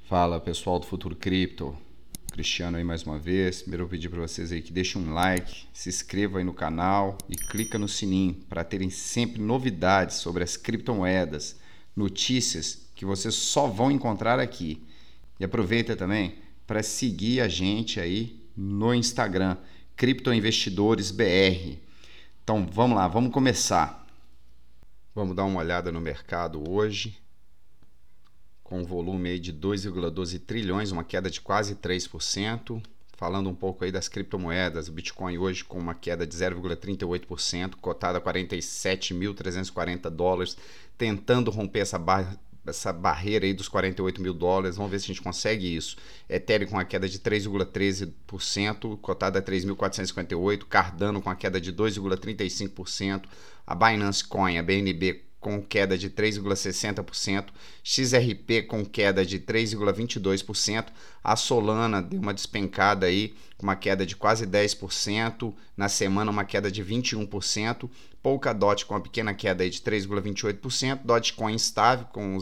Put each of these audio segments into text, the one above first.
Fala pessoal do Futuro Cripto, Cristiano aí mais uma vez. Primeiro eu vou pedir para vocês aí que deixem um like, se inscrevam aí no canal e clica no sininho para terem sempre novidades sobre as criptomoedas, notícias que vocês só vão encontrar aqui. E aproveita também para seguir a gente aí no Instagram, CryptoInvestidores BR. Então vamos lá, vamos começar. Vamos dar uma olhada no mercado hoje, com um volume aí de 2,12 trilhões, uma queda de quase 3%. Falando um pouco aí das criptomoedas, o Bitcoin hoje com uma queda de 0,38%, cotada a $47.340, tentando romper essa barreira aí dos $48.000. Vamos ver se a gente consegue isso. Ethereum com a queda de 3,13%, cotada a 3.458, Cardano com a queda de 2,35%, a Binance Coin, a BNB, com queda de 3,60%, XRP com queda de 3,22%, a Solana deu uma despencada aí, com uma queda de quase 10%, na semana uma queda de 21%, Polkadot com uma pequena queda aí de 3,28%, Dogecoin estável com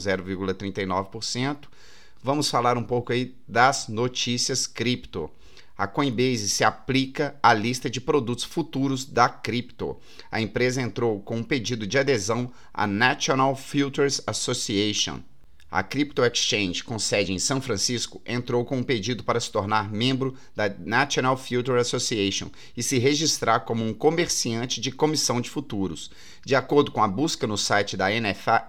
0,39%. Vamos falar um pouco aí das notícias cripto. A Coinbase se aplica à lista de produtos futuros da cripto. A empresa entrou com um pedido de adesão à National Futures Association. A Crypto Exchange, com sede em São Francisco, entrou com um pedido para se tornar membro da National Futures Association e se registrar como um comerciante de comissão de futuros. De acordo com a busca no site da NFA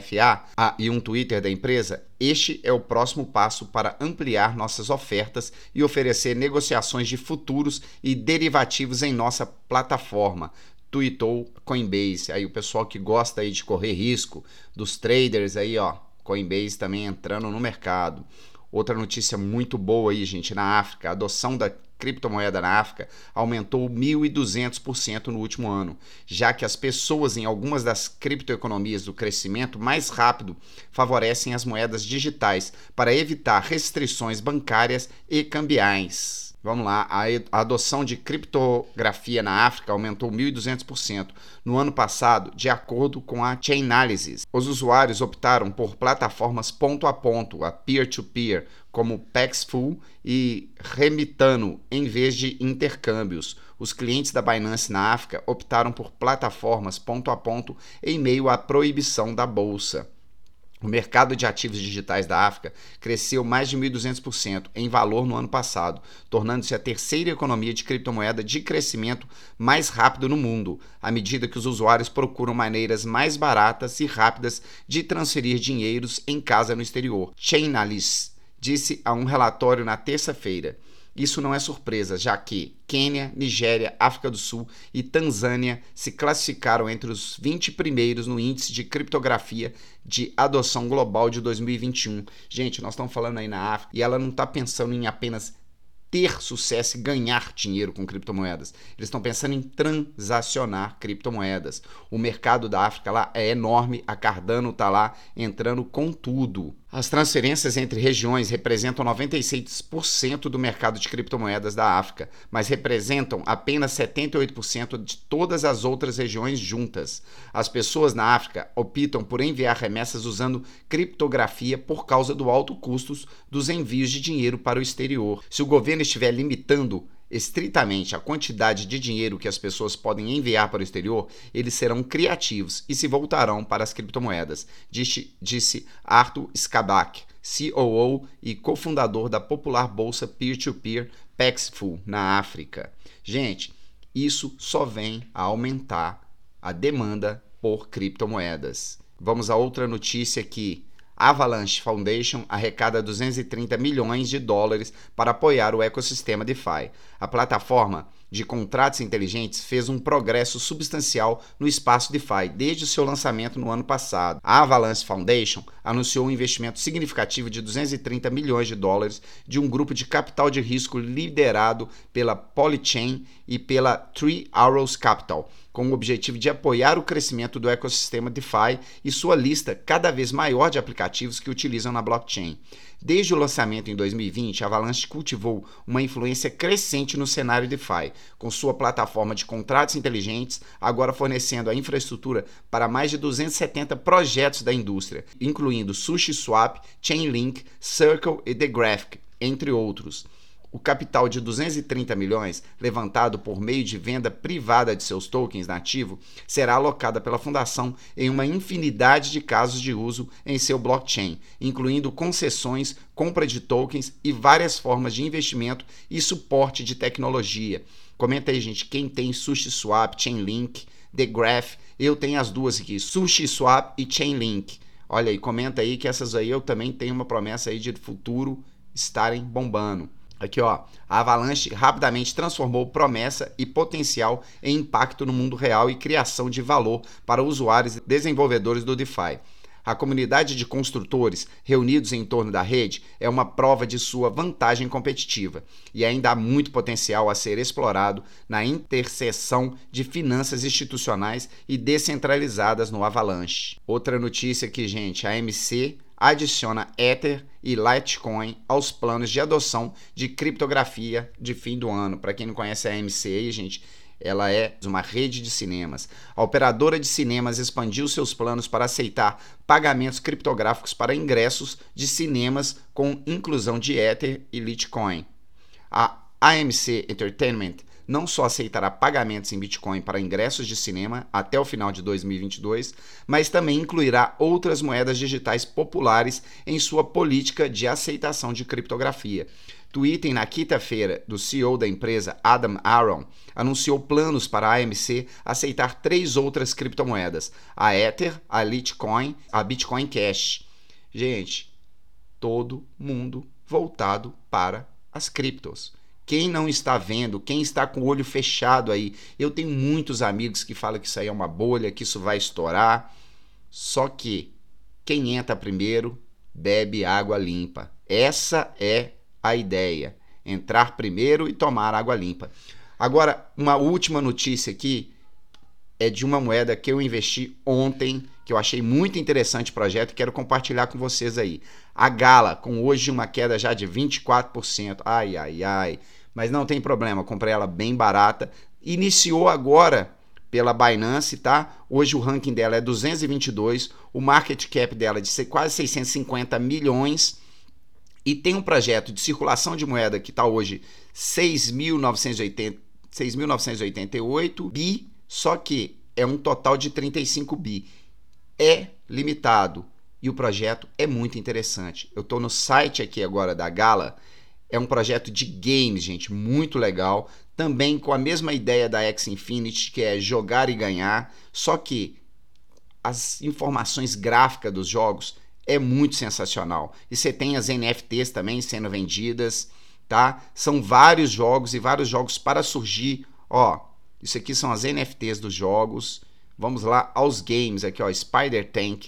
e um Twitter da empresa, este é o próximo passo para ampliar nossas ofertas e oferecer negociações de futuros e derivativos em nossa plataforma, tweetou Coinbase. Aí o pessoal que gosta aí de correr risco, dos traders aí, ó, Coinbase também entrando no mercado. Outra notícia muito boa aí, gente, na África, a adoção da criptomoeda na África aumentou 1.200% no último ano, já que as pessoas em algumas das criptoeconomias do crescimento mais rápido favorecem as moedas digitais para evitar restrições bancárias e cambiais. Vamos lá, a adoção de criptografia na África aumentou 1.200% no ano passado, de acordo com a Chainalysis. Os usuários optaram por plataformas ponto a ponto, a peer-to-peer, como Paxful e Remitano, em vez de intercâmbios. Os clientes da Binance na África optaram por plataformas ponto a ponto em meio à proibição da bolsa. O mercado de ativos digitais da África cresceu mais de 1.200% em valor no ano passado, tornando-se a terceira economia de criptomoeda de crescimento mais rápido no mundo, à medida que os usuários procuram maneiras mais baratas e rápidas de transferir dinheiros em casa no exterior. Chainalysis disse a um relatório na terça-feira. Isso não é surpresa, já que Quênia, Nigéria, África do Sul e Tanzânia se classificaram entre os 20 primeiros no índice de criptografia de adoção global de 2021. Gente, nós estamos falando aí na África e ela não está pensando em apenas ter sucesso e ganhar dinheiro com criptomoedas. Eles estão pensando em transacionar criptomoedas. O mercado da África lá é enorme, a Cardano está lá entrando com tudo. As transferências entre regiões representam 96% do mercado de criptomoedas da África, mas representam apenas 78% de todas as outras regiões juntas. As pessoas na África optam por enviar remessas usando criptografia por causa do alto custo dos envios de dinheiro para o exterior. Se o governo estiver limitando estritamente a quantidade de dinheiro que as pessoas podem enviar para o exterior, eles serão criativos e se voltarão para as criptomoedas, disse Arthur Skabak, COO e cofundador da popular bolsa peer-to-peer Paxful na África. Gente, isso só vem a aumentar a demanda por criptomoedas. Vamos a outra notícia aqui. Avalanche Foundation arrecada $230 milhões para apoiar o ecossistema DeFi. A plataforma de contratos inteligentes fez um progresso substancial no espaço DeFi desde o seu lançamento no ano passado. A Avalanche Foundation anunciou um investimento significativo de $230 milhões de um grupo de capital de risco liderado pela Polychain e pela Three Arrows Capital, com o objetivo de apoiar o crescimento do ecossistema DeFi e sua lista cada vez maior de aplicativos que utilizam na blockchain. Desde o lançamento em 2020, a Avalanche cultivou uma influência crescente no cenário DeFi, com sua plataforma de contratos inteligentes agora fornecendo a infraestrutura para mais de 270 projetos da indústria, incluindo SushiSwap, Chainlink, Circle e The Graphic, entre outros. O capital de 230 milhões, levantado por meio de venda privada de seus tokens na ativo, será alocada pela fundação em uma infinidade de casos de uso em seu blockchain, incluindo concessões, compra de tokens e várias formas de investimento e suporte de tecnologia. Comenta aí, gente, quem tem SushiSwap, Chainlink, The Graph. Eu tenho as duas aqui, SushiSwap e Chainlink. Olha aí, comenta aí que essas aí eu também tenho uma promessa aí de futuro estarem bombando. Aqui, ó, a Avalanche rapidamente transformou promessa e potencial em impacto no mundo real e criação de valor para usuários e desenvolvedores do DeFi. A comunidade de construtores reunidos em torno da rede é uma prova de sua vantagem competitiva e ainda há muito potencial a ser explorado na interseção de finanças institucionais e descentralizadas no Avalanche. Outra notícia aqui, gente, a AMC adiciona Ether e Litecoin aos planos de adoção de criptografia de fim do ano. Para quem não conhece a AMC aí, gente, ela é uma rede de cinemas. A operadora de cinemas expandiu seus planos para aceitar pagamentos criptográficos para ingressos de cinemas com inclusão de Ether e Litecoin. A AMC Entertainment não só aceitará pagamentos em Bitcoin para ingressos de cinema até o final de 2022, mas também incluirá outras moedas digitais populares em sua política de aceitação de criptografia. Tweetem na quinta-feira do CEO da empresa, Adam Aron, anunciou planos para a AMC aceitar 3 outras criptomoedas, a Ether, a Litecoin, a Bitcoin Cash. Gente, todo mundo voltado para as criptos. Quem não está vendo, quem está com o olho fechado aí, eu tenho muitos amigos que falam que isso aí é uma bolha, que isso vai estourar, só que quem entra primeiro bebe água limpa. Essa é a ideia, entrar primeiro e tomar água limpa. Agora, uma última notícia aqui é de uma moeda que eu investi ontem, que eu achei muito interessante o projeto e quero compartilhar com vocês aí. A Gala, com hoje uma queda já de 24%. Ai, ai, ai. Mas não tem problema, comprei ela bem barata. Iniciou agora pela Binance, tá? Hoje o ranking dela é 222, o market cap dela é de quase 650 milhões. E tem um projeto de circulação de moeda que está hoje 6.988 bi, só que é um total de 35 bi. É limitado e o projeto é muito interessante. Eu estou no site aqui agora da Gala, é um projeto de games, gente, muito legal. Também com a mesma ideia da Axie Infinity, que é jogar e ganhar, só que as informações gráficas dos jogos é muito sensacional. E você tem as NFTs também sendo vendidas, tá? São vários jogos e vários jogos para surgir. Ó, isso aqui são as NFTs dos jogos. Vamos lá aos games aqui, ó, Spider Tank,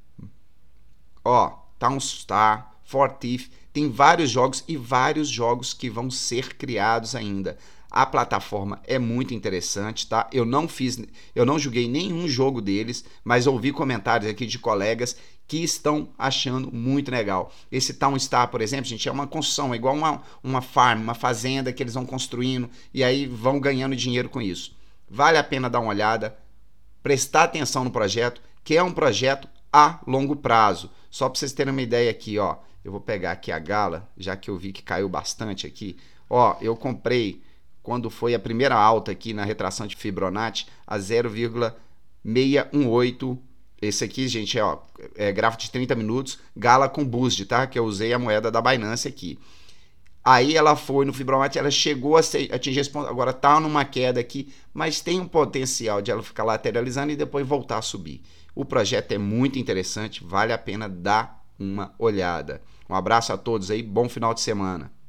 ó, Townstar, Fortiif, tem vários jogos e vários jogos que vão ser criados ainda. A plataforma é muito interessante, tá? Eu não joguei nenhum jogo deles, mas ouvi comentários aqui de colegas que estão achando muito legal. Esse Townstar, por exemplo, gente, é uma construção, é igual uma farm, uma fazenda que eles vão construindo e aí vão ganhando dinheiro com isso. Vale a pena dar uma olhada, prestar atenção no projeto, que é um projeto a longo prazo. Só para vocês terem uma ideia aqui, ó. Eu vou pegar aqui a Gala, já que eu vi que caiu bastante aqui. Ó, eu comprei quando foi a primeira alta aqui na retração de Fibonacci a 0,618. Esse aqui, gente, é gráfico de 30 minutos, Gala com boost, tá? Que eu usei a moeda da Binance aqui. Aí ela foi no Fibonacci, ela chegou a atingir esse ponto, agora tá numa queda aqui, mas tem um potencial de ela ficar lateralizando e depois voltar a subir. O projeto é muito interessante, vale a pena dar uma olhada. Um abraço a todos aí, bom final de semana.